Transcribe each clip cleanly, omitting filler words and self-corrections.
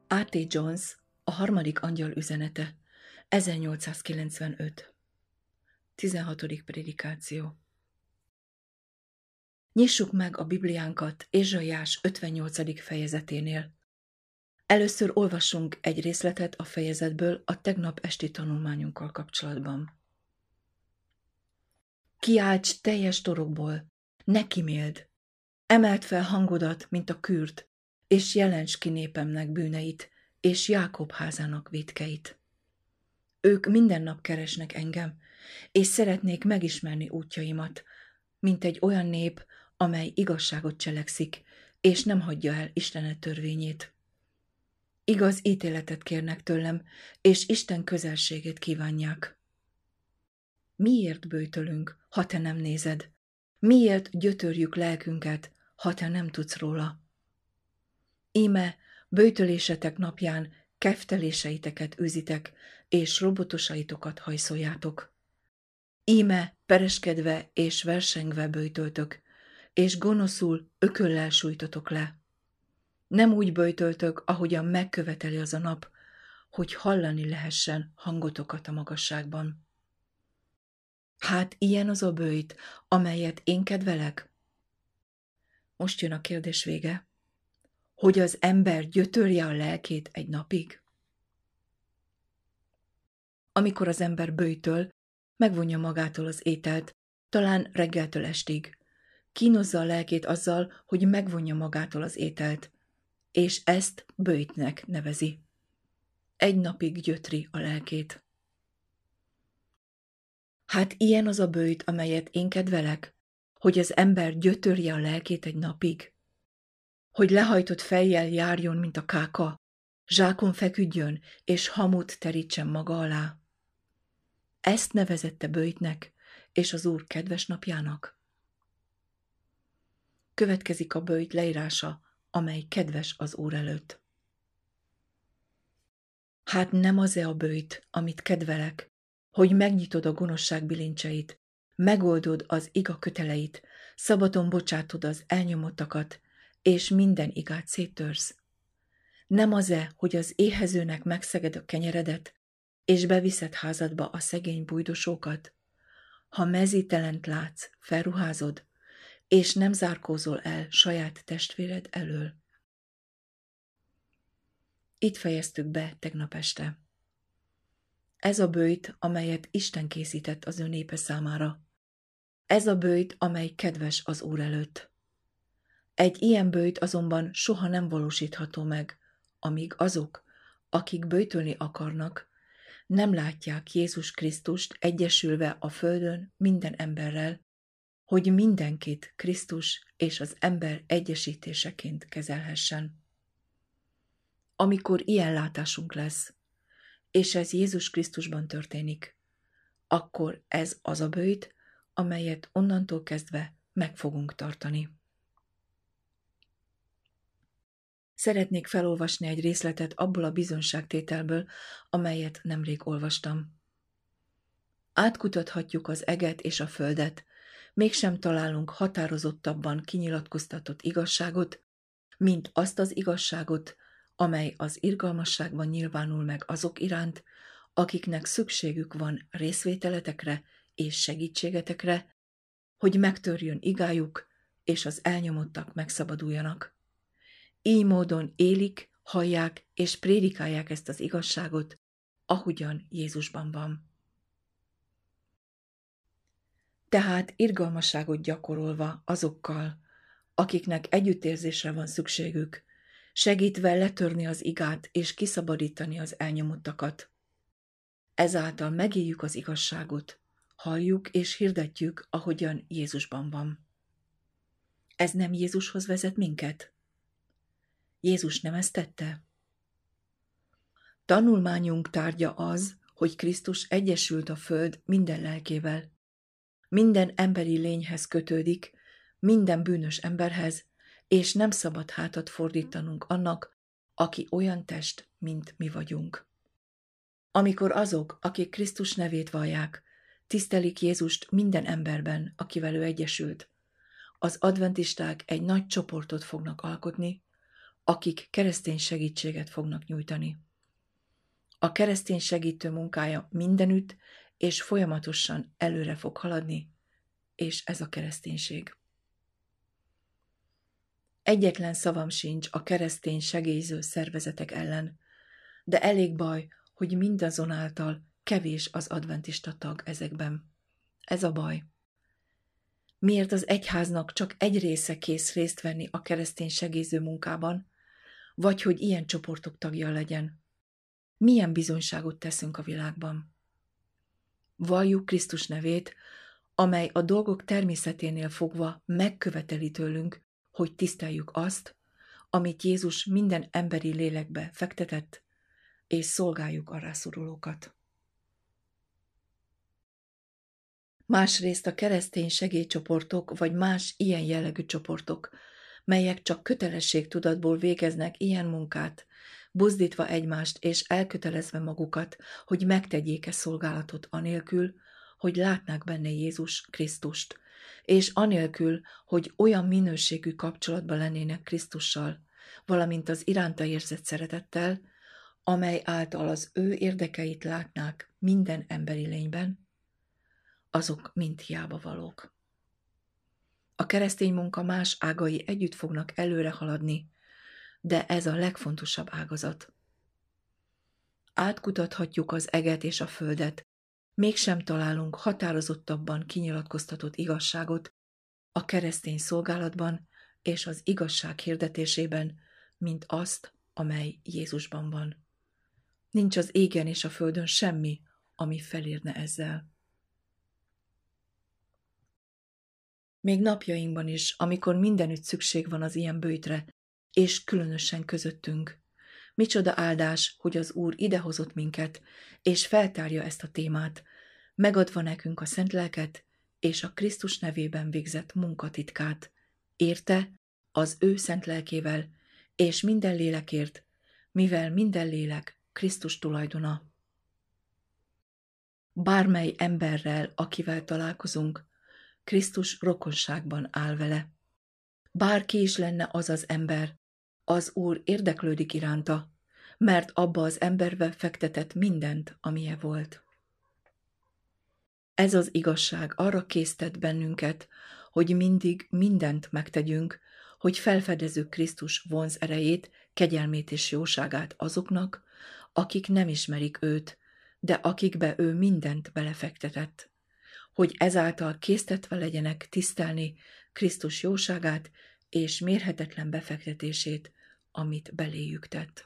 A.T. Jones, a harmadik angyal üzenete, 1895. 16. prédikáció. Nyissuk meg a Bibliánkat Ézsaiás 58. fejezeténél. Először olvassunk egy részletet a fejezetből a tegnap esti tanulmányunkkal kapcsolatban. Kiálts teljes torokból, ne kiméld, emeld fel hangodat, mint a kürt, és jelents ki népemnek bűneit, és Jákob házának vétkeit. Ők minden nap keresnek engem, és szeretnék megismerni útjaimat, mint egy olyan nép, amely igazságot cselekszik, és nem hagyja el Istene törvényét. Igaz ítéletet kérnek tőlem, és Isten közelségét kívánják. Miért böjtölünk, ha te nem nézed? Miért gyötörjük lelkünket, ha te nem tudsz róla? Íme, böjtölésetek napján kefteléseiteket üzitek, és robotosaitokat hajszoljátok. Íme, pereskedve és versengve böjtöltök, és gonoszul ököllel sújtotok le. Nem úgy böjtöltök, ahogyan megköveteli az a nap, hogy hallani lehessen hangotokat a magasságban. Hát ilyen az a böjt, amelyet én kedvelek? Most jön a kérdés vége. Hogy az ember gyötörje a lelkét egy napig? Amikor az ember böjtöl, megvonja magától az ételt, talán reggeltől estig. Kínozza a lelkét azzal, hogy megvonja magától az ételt, és ezt böjtnek nevezi. Egy napig gyötri a lelkét. Hát ilyen az a böjt, amelyet én kedvelek, hogy az ember gyötörje a lelkét egy napig. Hogy lehajtott fejjel járjon, mint a káka, zsákon feküdjön, és hamut terítsen maga alá. Ezt nevezette böjtnek, és az Úr kedves napjának. Következik a böjt leírása, amely kedves az Úr előtt. Hát nem az-e a böjt, amit kedvelek, hogy megnyitod a gonoszság bilincseit, megoldod az iga köteleit, szabadon bocsátod az elnyomottakat, és minden igát széttörsz? Nem az-e, hogy az éhezőnek megszeged a kenyeredet, és beviszed házadba a szegény bujdosókat? Ha mezítelent látsz, felruházod, és nem zárkózol el saját testvéred elől. Itt fejeztük be tegnap este. Ez a böjt, amelyet Isten készített az ő népe számára. Ez a böjt, amely kedves az Úr előtt. Egy ilyen böjt azonban soha nem valósítható meg, amíg azok, akik böjtölni akarnak, nem látják Jézus Krisztust egyesülve a földön minden emberrel, hogy mindenkit Krisztus és az ember egyesítéseként kezelhessen. Amikor ilyen látásunk lesz, és ez Jézus Krisztusban történik, akkor ez az a böjt, amelyet onnantól kezdve meg fogunk tartani. Szeretnék felolvasni egy részletet abból a bizonyságtételből, amelyet nemrég olvastam. Átkutathatjuk az eget és a földet, mégsem találunk határozottabban kinyilatkoztatott igazságot, mint azt az igazságot, amely az irgalmasságban nyilvánul meg azok iránt, akiknek szükségük van részvételetekre és segítségetekre, hogy megtörjön igájuk, és az elnyomottak megszabaduljanak. Így módon élik, hallják és prédikálják ezt az igazságot, ahogyan Jézusban van. Tehát irgalmasságot gyakorolva azokkal, akiknek együttérzésre van szükségük, segítve letörni az igát és kiszabadítani az elnyomottakat. Ezáltal megéljük az igazságot, halljuk és hirdetjük, ahogyan Jézusban van. Ez nem Jézushoz vezet minket? Jézus nem ezt tette? Tanulmányunk tárgya az, hogy Krisztus egyesült a föld minden lelkével. Minden emberi lényhez kötődik, minden bűnös emberhez, és nem szabad hátat fordítanunk annak, aki olyan test, mint mi vagyunk. Amikor azok, akik Krisztus nevét vallják, tisztelik Jézust minden emberben, akivel ő egyesült, az adventisták egy nagy csoportot fognak alkotni, akik keresztény segítséget fognak nyújtani. A keresztény segítő munkája mindenütt és folyamatosan előre fog haladni, és ez a kereszténység. Egyetlen szavam sincs a keresztény segélyző szervezetek ellen, de elég baj, hogy mindazonáltal kevés az adventista tag ezekben. Ez a baj. Miért az egyháznak csak egy része kész részt venni a keresztény segélyző munkában, vagy hogy ilyen csoportok tagja legyen? Milyen bizonyságot teszünk a világban? Valljuk Krisztus nevét, amely a dolgok természeténél fogva megköveteli tőlünk, hogy tiszteljük azt, amit Jézus minden emberi lélekbe fektetett, és szolgáljuk a rászorulókat. Másrészt a keresztény segélycsoportok vagy más ilyen jellegű csoportok, melyek csak kötelességtudatból végeznek ilyen munkát, buzdítva egymást és elkötelezve magukat, hogy megtegyék-e szolgálatot anélkül, hogy látnák benne Jézus Krisztust, és anélkül, hogy olyan minőségű kapcsolatban lennének Krisztussal, valamint az iránta érzett szeretettel, amely által az ő érdekeit látnák minden emberi lényben, azok mind hiába valók. A keresztény munka más ágai együtt fognak előre haladni, de ez a legfontosabb ágazat. Átkutathatjuk az eget és a földet, mégsem találunk határozottabban kinyilatkoztatott igazságot a keresztény szolgálatban és az igazság hirdetésében, mint azt, amely Jézusban van. Nincs az égen és a földön semmi, ami felérne ezzel. Még napjainkban is, amikor mindenütt szükség van az ilyen böjtre, és különösen közöttünk. Micsoda áldás, hogy az Úr idehozott minket, és feltárja ezt a témát, megadva nekünk a szent lelket, és a Krisztus nevében végzett munkatitkát. Érte az ő szent lelkével, és minden lélekért, mivel minden lélek Krisztus tulajdona. Bármely emberrel, akivel találkozunk, Krisztus rokonságban áll vele. Bárki is lenne az az ember, az Úr érdeklődik iránta, mert abba az emberbe fektetett mindent, amilyen volt. Ez az igazság arra késztet bennünket, hogy mindig mindent megtegyünk, hogy felfedezzük Krisztus vonz erejét, kegyelmét és jóságát azoknak, akik nem ismerik őt, de akikbe ő mindent belefektetett, hogy ezáltal késztetve legyenek tisztelni Krisztus jóságát és mérhetetlen befektetését, amit beléjük tett.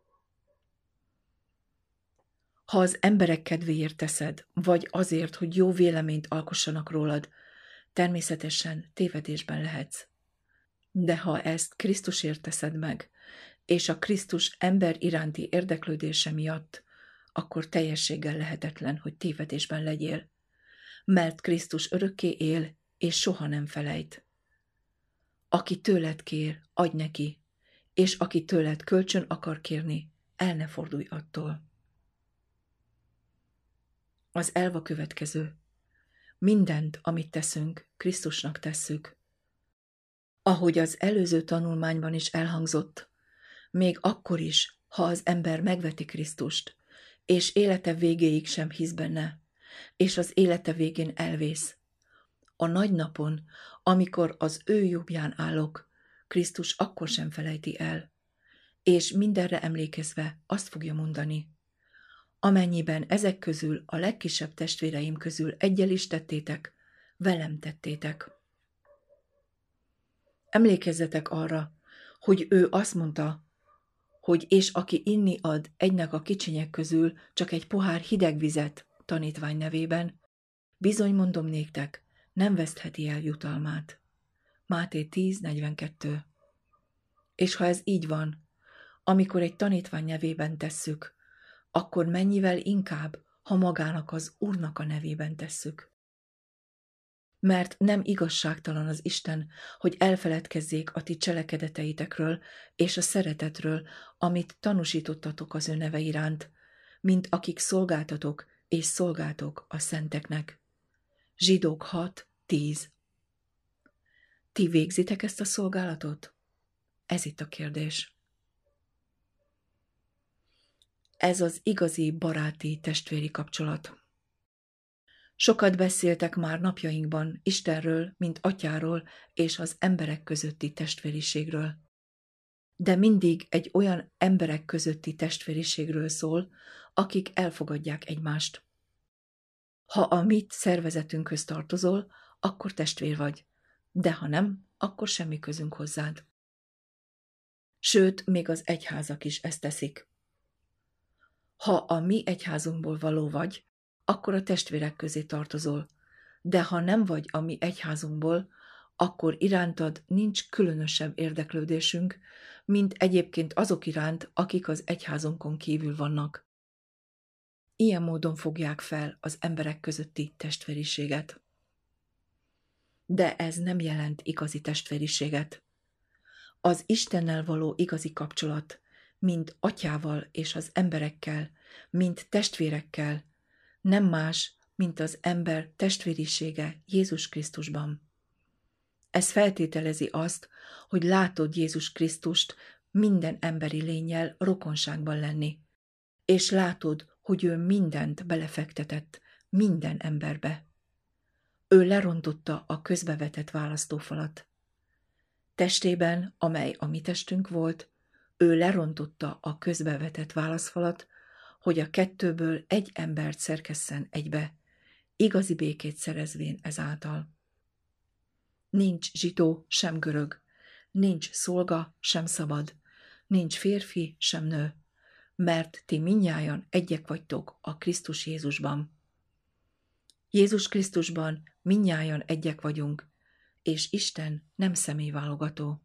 Ha az emberek kedvéért teszed, vagy azért, hogy jó véleményt alkossanak rólad, természetesen tévedésben lehetsz. De ha ezt Krisztusért teszed meg, és a Krisztus ember iránti érdeklődése miatt, akkor teljességgel lehetetlen, hogy tévedésben legyél, mert Krisztus örökké él, és soha nem felejt. Aki tőled kér, adj neki, és aki tőled kölcsön akar kérni, el ne fordulj attól. Az elv a következő. Mindent, amit teszünk, Krisztusnak tesszük. Ahogy az előző tanulmányban is elhangzott, még akkor is, ha az ember megveti Krisztust, és élete végéig sem hisz benne, és az élete végén elvész. A nagy napon, amikor az ő jobbján állok, Krisztus akkor sem felejti el, és mindenre emlékezve azt fogja mondani: amennyiben ezek közül a legkisebb testvéreim közül egyel is tettétek, velem tettétek. Emlékezzetek arra, hogy ő azt mondta, hogy és aki inni ad egynek a kicsinyek közül csak egy pohár hideg vizet tanítvány nevében, bizony mondom néktek, nem vesztheti el jutalmát. Máté 10:42. És ha ez így van, amikor egy tanítvány nevében tesszük, akkor mennyivel inkább, ha magának az Úrnak a nevében tesszük. Mert nem igazságtalan az Isten, hogy elfeledkezzék a ti cselekedeteitekről és a szeretetről, amit tanúsítottatok az ő neve iránt, mint akik szolgáltatok és szolgáltok a szenteknek. Zsidók 6:10. Ti végzitek ezt a szolgálatot? Ez itt a kérdés. Ez az igazi baráti testvéri kapcsolat. Sokat beszéltek már napjainkban Istenről, mint Atyáról és az emberek közötti testvériségről. De mindig egy olyan emberek közötti testvériségről szól, akik elfogadják egymást. Ha a mi szervezetünkhöz tartozol, akkor testvér vagy, de ha nem, akkor semmi közünk hozzád. Sőt, még az egyházak is ezt teszik. Ha a mi egyházunkból való vagy, akkor a testvérek közé tartozol, de ha nem vagy a mi egyházunkból, akkor irántad nincs különösebb érdeklődésünk, mint egyébként azok iránt, akik az egyházunkon kívül vannak. Ilyen módon fogják fel az emberek közötti testvériséget. De ez nem jelent igazi testvériséget. Az Istennel való igazi kapcsolat, mint Atyával és az emberekkel, mint testvérekkel, nem más, mint az ember testvérisége Jézus Krisztusban. Ez feltételezi azt, hogy látod Jézus Krisztust minden emberi lénnyel rokonságban lenni, és látod, hogy ő mindent belefektetett minden emberbe. Ő lerontotta a közbevetett választófalat. Testében, amely a mi testünk volt, ő lerontotta a közbevetett válaszfalat, hogy a kettőből egy embert szerkesszen egybe, igazi békét szerezvén ezáltal. Nincs zsidó, sem görög, nincs szolga, sem szabad, nincs férfi, sem nő, mert ti mindnyájan egyek vagytok a Krisztus Jézusban. Jézus Krisztusban mindnyájan egyek vagyunk, és Isten nem személyválogató.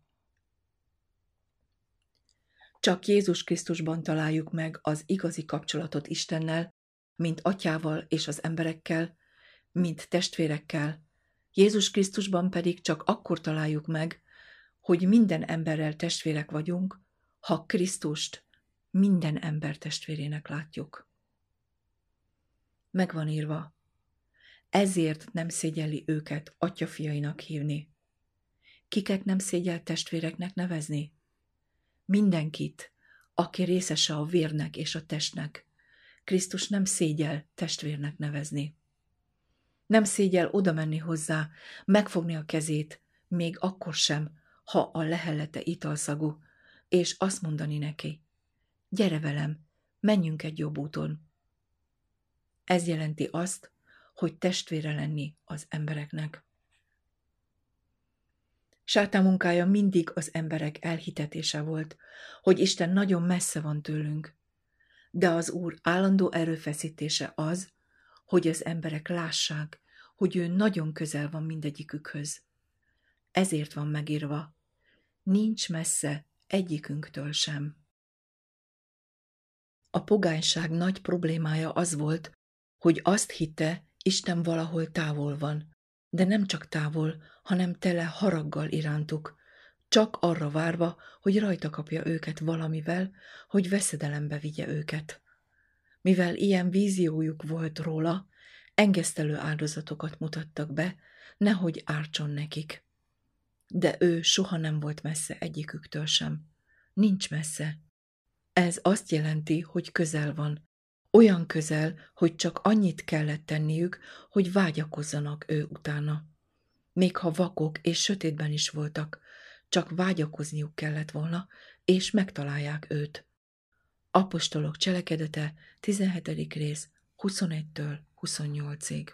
Csak Jézus Krisztusban találjuk meg az igazi kapcsolatot Istennel, mint Atyával és az emberekkel, mint testvérekkel. Jézus Krisztusban pedig csak akkor találjuk meg, hogy minden emberrel testvérek vagyunk, ha Krisztust minden ember testvérének látjuk. Megvan írva, ezért nem szégyelli őket atyafiainak hívni. Kiket nem szégyel testvéreknek nevezni? Mindenkit, aki részese a vérnek és a testnek. Krisztus nem szégyel testvérnek nevezni. Nem szégyel oda menni hozzá, megfogni a kezét, még akkor sem, ha a lehellete italszagú, és azt mondani neki, gyere velem, menjünk egy jobb úton. Ez jelenti azt, hogy testvére lenni az embereknek. Sátán munkája mindig az emberek elhitetése volt, hogy Isten nagyon messze van tőlünk, de az Úr állandó erőfeszítése az, hogy az emberek lássák, hogy ő nagyon közel van mindegyikükhöz. Ezért van megírva, nincs messze egyikünktől sem. A pogányság nagy problémája az volt, hogy azt hitte, Isten valahol távol van, de nem csak távol, hanem tele haraggal irántuk, csak arra várva, hogy rajta kapja őket valamivel, hogy veszedelembe vigye őket. Mivel ilyen víziójuk volt róla, engesztelő áldozatokat mutattak be, nehogy ártson nekik. De ő soha nem volt messze egyiküktől sem. Nincs messze. Ez azt jelenti, hogy közel van. Olyan közel, hogy csak annyit kellett tenniük, hogy vágyakozzanak ő utána. Még ha vakok és sötétben is voltak, csak vágyakozniuk kellett volna, és megtalálják őt. Apostolok cselekedete, 17. rész, 21-től 28-ig.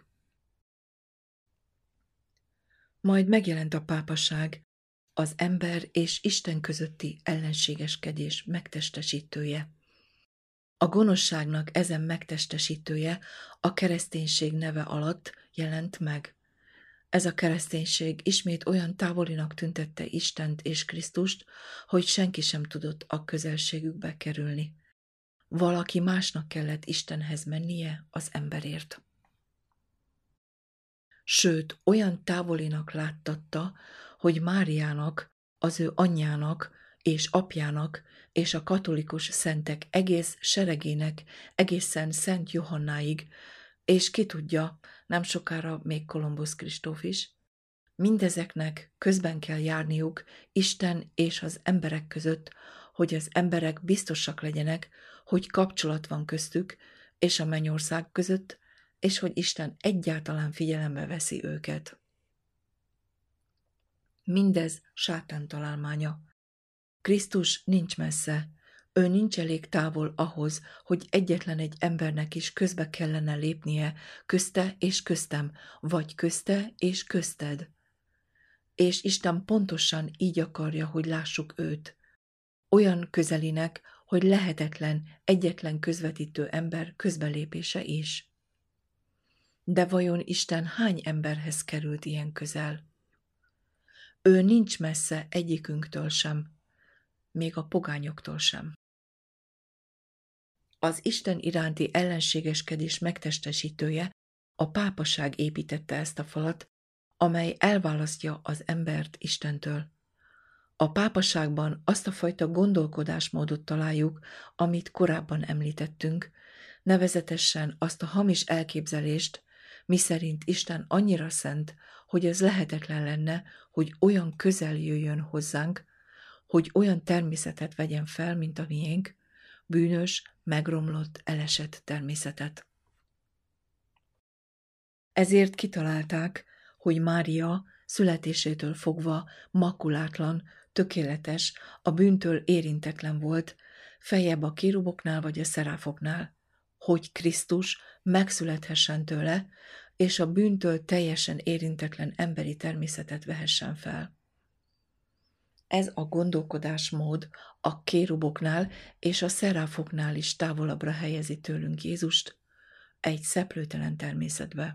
Majd megjelent a pápaság, az ember és Isten közötti ellenségeskedés megtestesítője. A gonoszságnak ezen megtestesítője a kereszténység neve alatt jelent meg. Ez a kereszténység ismét olyan távolinak tüntette Istent és Krisztust, hogy senki sem tudott a közelségükbe kerülni. Valaki másnak kellett Istenhez mennie az emberért. Sőt, olyan távolinak láttatta, hogy Máriának, az ő anyjának és apjának és a katolikus szentek egész seregének egészen Szent Johannáig, és ki tudja, nem sokára még Kolumbusz Kristóf is, mindezeknek közben kell járniuk Isten és az emberek között, hogy az emberek biztosak legyenek, hogy kapcsolat van köztük és a mennyország között, és hogy Isten egyáltalán figyelembe veszi őket. Mindez sátán találmánya. Krisztus nincs messze, ő nincs elég távol ahhoz, hogy egyetlen egy embernek is közbe kellene lépnie, közte és köztem, vagy közte és közted. És Isten pontosan így akarja, hogy lássuk őt. Olyan közelinek, hogy lehetetlen egyetlen közvetítő ember közbelépése is. De vajon Isten hány emberhez került ilyen közel? Ő nincs messze egyikünktől sem, még a pogányoktól sem. Az Isten iránti ellenségeskedés megtestesítője, a pápaság építette ezt a falat, amely elválasztja az embert Istentől. A pápaságban azt a fajta gondolkodásmódot találjuk, amit korábban említettünk, nevezetesen azt a hamis elképzelést, miszerint Isten annyira szent, hogy ez lehetetlen lenne, hogy olyan közel jöjjön hozzánk, hogy olyan természetet vegyen fel, mint a miénk, bűnös, megromlott, elesett természetet. Ezért kitalálták, hogy Mária születésétől fogva makulátlan, tökéletes, a bűntől érintetlen volt, feljebb a kéruboknál vagy a szeráfoknál, hogy Krisztus megszülethessen tőle, és a bűntől teljesen érintetlen emberi természetet vehessen fel. Ez a gondolkodásmód a kéruboknál és a szeráfoknál is távolabbra helyezi tőlünk Jézust, egy szeplőtelen természetbe.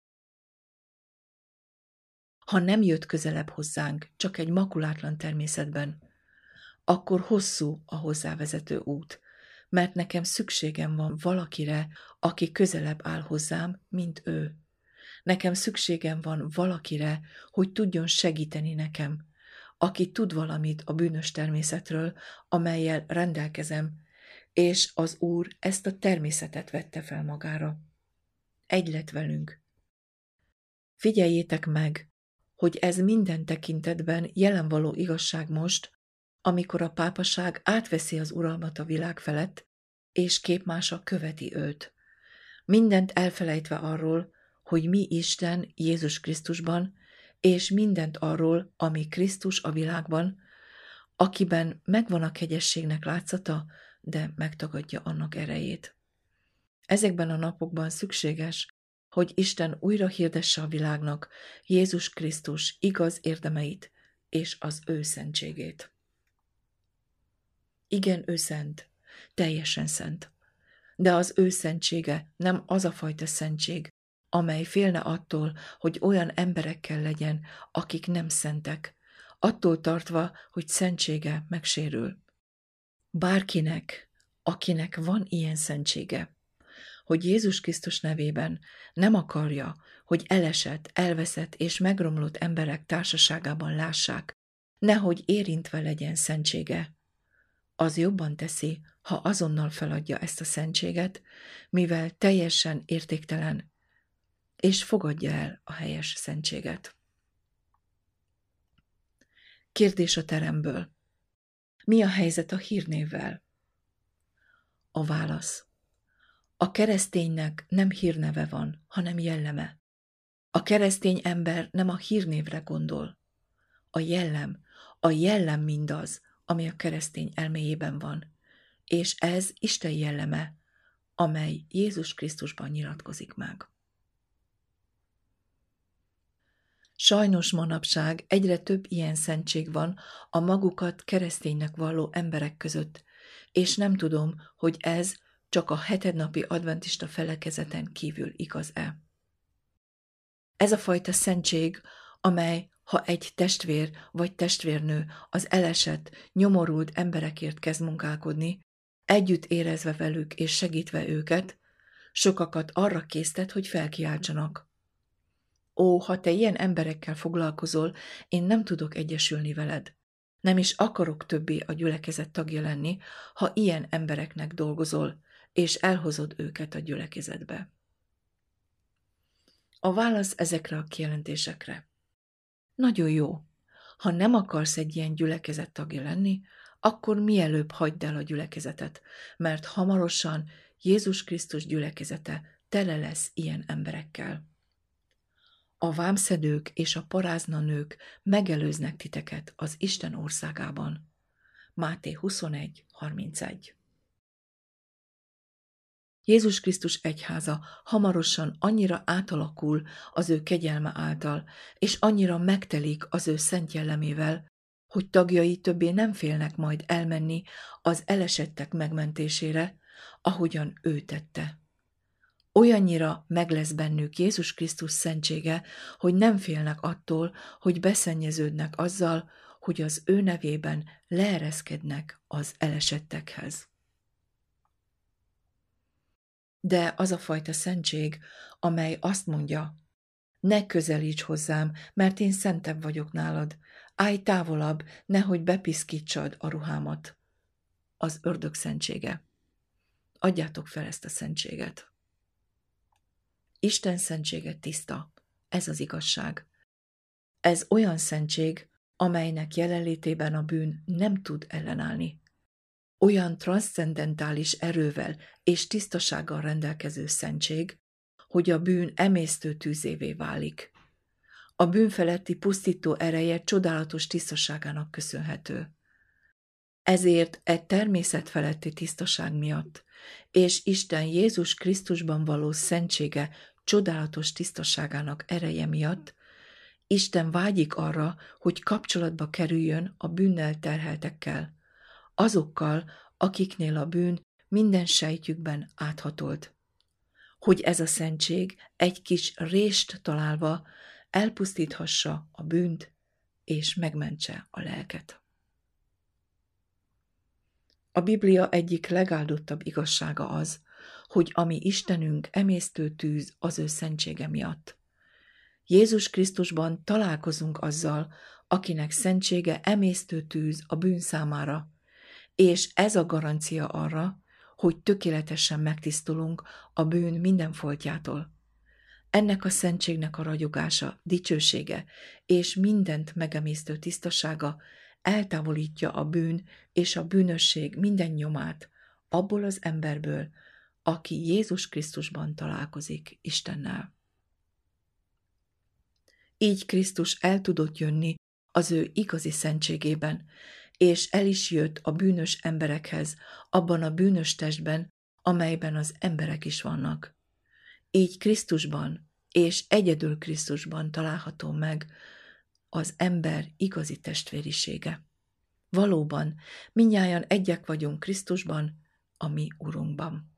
Ha nem jött közelebb hozzánk, csak egy makulátlan természetben, akkor hosszú a hozzávezető út, mert nekem szükségem van valakire, aki közelebb áll hozzám, mint ő. Nekem szükségem van valakire, hogy tudjon segíteni nekem, aki tud valamit a bűnös természetről, amellyel rendelkezem, és az Úr ezt a természetet vette fel magára. Egy lett velünk. Figyeljétek meg, hogy ez minden tekintetben jelen való igazság most, amikor a pápaság átveszi az uralmat a világ felett, és képmása követi őt. Mindent elfelejtve arról, hogy mi Isten Jézus Krisztusban, és mindent arról, ami Krisztus a világban, akiben megvan a kegyességnek látszata, de megtagadja annak erejét. Ezekben a napokban szükséges, hogy Isten újra hirdesse a világnak Jézus Krisztus igaz érdemeit és az ő szentségét. Igen, ő szent, teljesen szent, de az ő szentsége nem az a fajta szentség, amely félne attól, hogy olyan emberekkel legyen, akik nem szentek, attól tartva, hogy szentsége megsérül. Bárkinek, akinek van ilyen szentsége, hogy Jézus Krisztus nevében nem akarja, hogy elesett, elveszett és megromlott emberek társaságában lássák, nehogy érintve legyen szentsége, az jobban teszi, ha azonnal feladja ezt a szentséget, mivel teljesen értéktelen, és fogadja el a helyes szentséget. Kérdés a teremből. Mi a helyzet a hírnévvel? A válasz. A kereszténynek nem hírneve van, hanem jelleme. A keresztény ember nem a hírnévre gondol. A jellem mindaz, ami a keresztény elméjében van, és ez Isten jelleme, amely Jézus Krisztusban nyilatkozik meg. Sajnos manapság egyre több ilyen szentség van a magukat kereszténynek valló emberek között, és nem tudom, hogy ez csak a hetednapi adventista felekezeten kívül igaz-e. Ez a fajta szentség, amely, ha egy testvér vagy testvérnő az elesett, nyomorult emberekért kezd munkálkodni, együtt érezve velük és segítve őket, sokakat arra késztet, hogy felkiáltsanak. Ó, ha te ilyen emberekkel foglalkozol, én nem tudok egyesülni veled. Nem is akarok többé a gyülekezet tagja lenni, ha ilyen embereknek dolgozol, és elhozod őket a gyülekezetbe. A válasz ezekre a kijelentésekre. Nagyon jó. Ha nem akarsz egy ilyen gyülekezet tagja lenni, akkor mielőbb hagyd el a gyülekezetet, mert hamarosan Jézus Krisztus gyülekezete tele lesz ilyen emberekkel. A vámszedők és a paráznanők megelőznek titeket az Isten országában. Máté 21:31. Jézus Krisztus egyháza hamarosan annyira átalakul az ő kegyelme által, és annyira megtelik az ő szent jellemével, hogy tagjai többé nem félnek majd elmenni az elesettek megmentésére, ahogyan ő tette. Olyannyira meg lesz bennük Jézus Krisztus szentsége, hogy nem félnek attól, hogy beszennyeződnek azzal, hogy az ő nevében leereszkednek az elesettekhez. De az a fajta szentség, amely azt mondja, ne közelíts hozzám, mert én szentebb vagyok nálad, állj távolabb, nehogy bepiszkítsad a ruhámat. Az ördög szentsége. Adjátok fel ezt a szentséget. Isten szentsége tiszta, ez az igazság. Ez olyan szentség, amelynek jelenlétében a bűn nem tud ellenállni. Olyan transzcendentális erővel és tisztasággal rendelkező szentség, hogy a bűn emésztő tűzévé válik. A bűn feletti pusztító ereje csodálatos tisztaságának köszönhető. Ezért természet feletti tisztaság miatt, és Isten Jézus Krisztusban való szentsége csodálatos tisztaságának ereje miatt, Isten vágyik arra, hogy kapcsolatba kerüljön a bűnnel terheltekkel, azokkal, akiknél a bűn minden sejtjükben áthatolt. Hogy ez a szentség egy kis rést találva elpusztíthassa a bűnt és megmentse a lelket. A Biblia egyik legáldottabb igazsága az, hogy a mi Istenünk emésztő tűz az ő szentsége miatt. Jézus Krisztusban találkozunk azzal, akinek szentsége emésztő tűz a bűn számára, és ez a garancia arra, hogy tökéletesen megtisztulunk a bűn minden foltjától. Ennek a szentségnek a ragyogása, dicsősége és mindent megemésztő tisztasága eltávolítja a bűn és a bűnösség minden nyomát abból az emberből, aki Jézus Krisztusban találkozik Istennel. Így Krisztus el tudott jönni az ő igazi szentségében, és el is jött a bűnös emberekhez, abban a bűnös testben, amelyben az emberek is vannak. Így Krisztusban és egyedül Krisztusban található meg az ember igazi testvérisége. Valóban, mindnyájan egyek vagyunk Krisztusban, a mi Urunkban.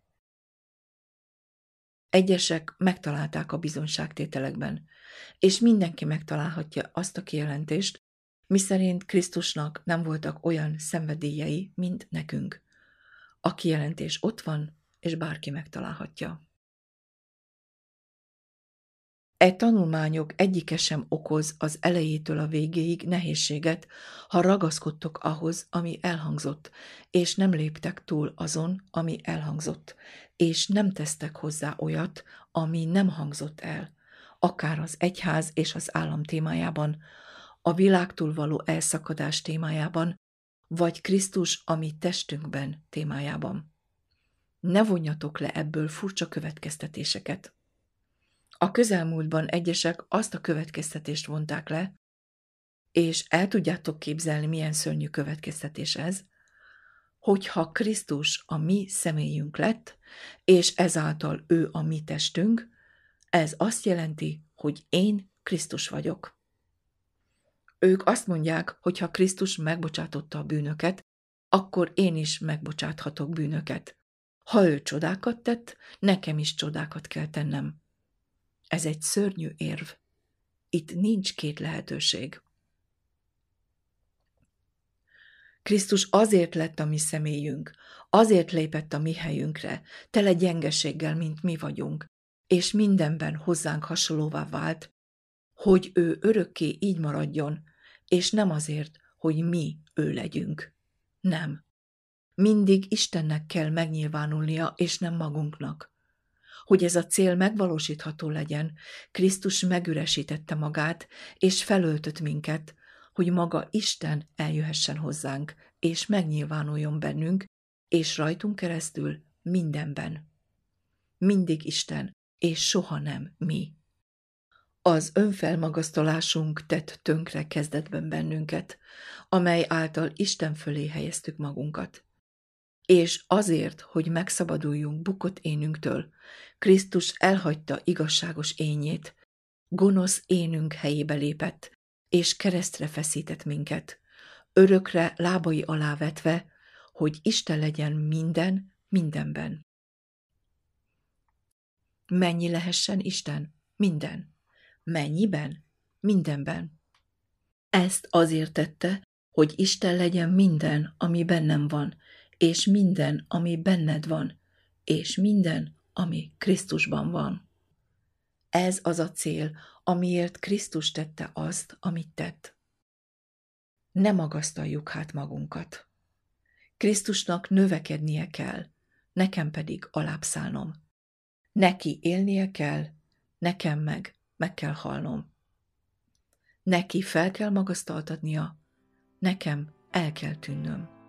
Egyesek megtalálták a bizonyságtételekben, és mindenki megtalálhatja azt a kijelentést, miszerint Krisztusnak nem voltak olyan szenvedélyei, mint nekünk. A kijelentés ott van, és bárki megtalálhatja. Tanulmányok egyike sem okoz az elejétől a végéig nehézséget, ha ragaszkodtok ahhoz, ami elhangzott, és nem léptek túl azon, ami elhangzott, és nem tesztek hozzá olyat, ami nem hangzott el, akár az egyház és az állam témájában, a világtól való elszakadás témájában, vagy Krisztus a mi testünkben témájában. Ne vonjatok le ebből furcsa következtetéseket. A közelmúltban egyesek azt a következtetést vonták le, és el tudjátok képzelni, milyen szörnyű következtetés ez, hogy ha Krisztus a mi személyünk lett, és ezáltal ő a mi testünk, ez azt jelenti, hogy én Krisztus vagyok. Ők azt mondják, hogy ha Krisztus megbocsátotta a bűnöket, akkor én is megbocsáthatok bűnöket. Ha ő csodákat tett, nekem is csodákat kell tennem. Ez egy szörnyű érv. Itt nincs két lehetőség. Krisztus azért lett a mi személyünk, azért lépett a mi helyünkre, tele gyengeséggel, mint mi vagyunk, és mindenben hozzánk hasonlóvá vált, hogy ő örökké így maradjon, és nem azért, hogy mi ő legyünk. Nem. Mindig Istennek kell megnyilvánulnia, és nem magunknak. Hogy ez a cél megvalósítható legyen, Krisztus megüresítette magát, és felöltött minket, hogy maga Isten eljöhessen hozzánk, és megnyilvánuljon bennünk, és rajtunk keresztül mindenben. Mindig Isten, és soha nem mi. Az önfelmagasztalásunk tett tönkre kezdetben bennünket, amely által Isten fölé helyeztük magunkat. És azért, hogy megszabaduljunk bukott énünktől, Krisztus elhagyta igazságos énjét, gonosz énünk helyébe lépett, és keresztre feszített minket, örökre lábai alá vetve, hogy Isten legyen minden, mindenben. Mennyi lehessen Isten? Minden. Mennyiben? Mindenben. Ezt azért tette, hogy Isten legyen minden, ami bennem van, és minden, ami benned van, és minden, ami Krisztusban van. Ez az a cél, amiért Krisztus tette azt, amit tett. Ne magasztaljuk hát magunkat. Krisztusnak növekednie kell, nekem pedig alábbszállnom. Neki élnie kell, nekem meg kell halnom. Neki fel kell magasztaltatnia, nekem el kell tűnnöm.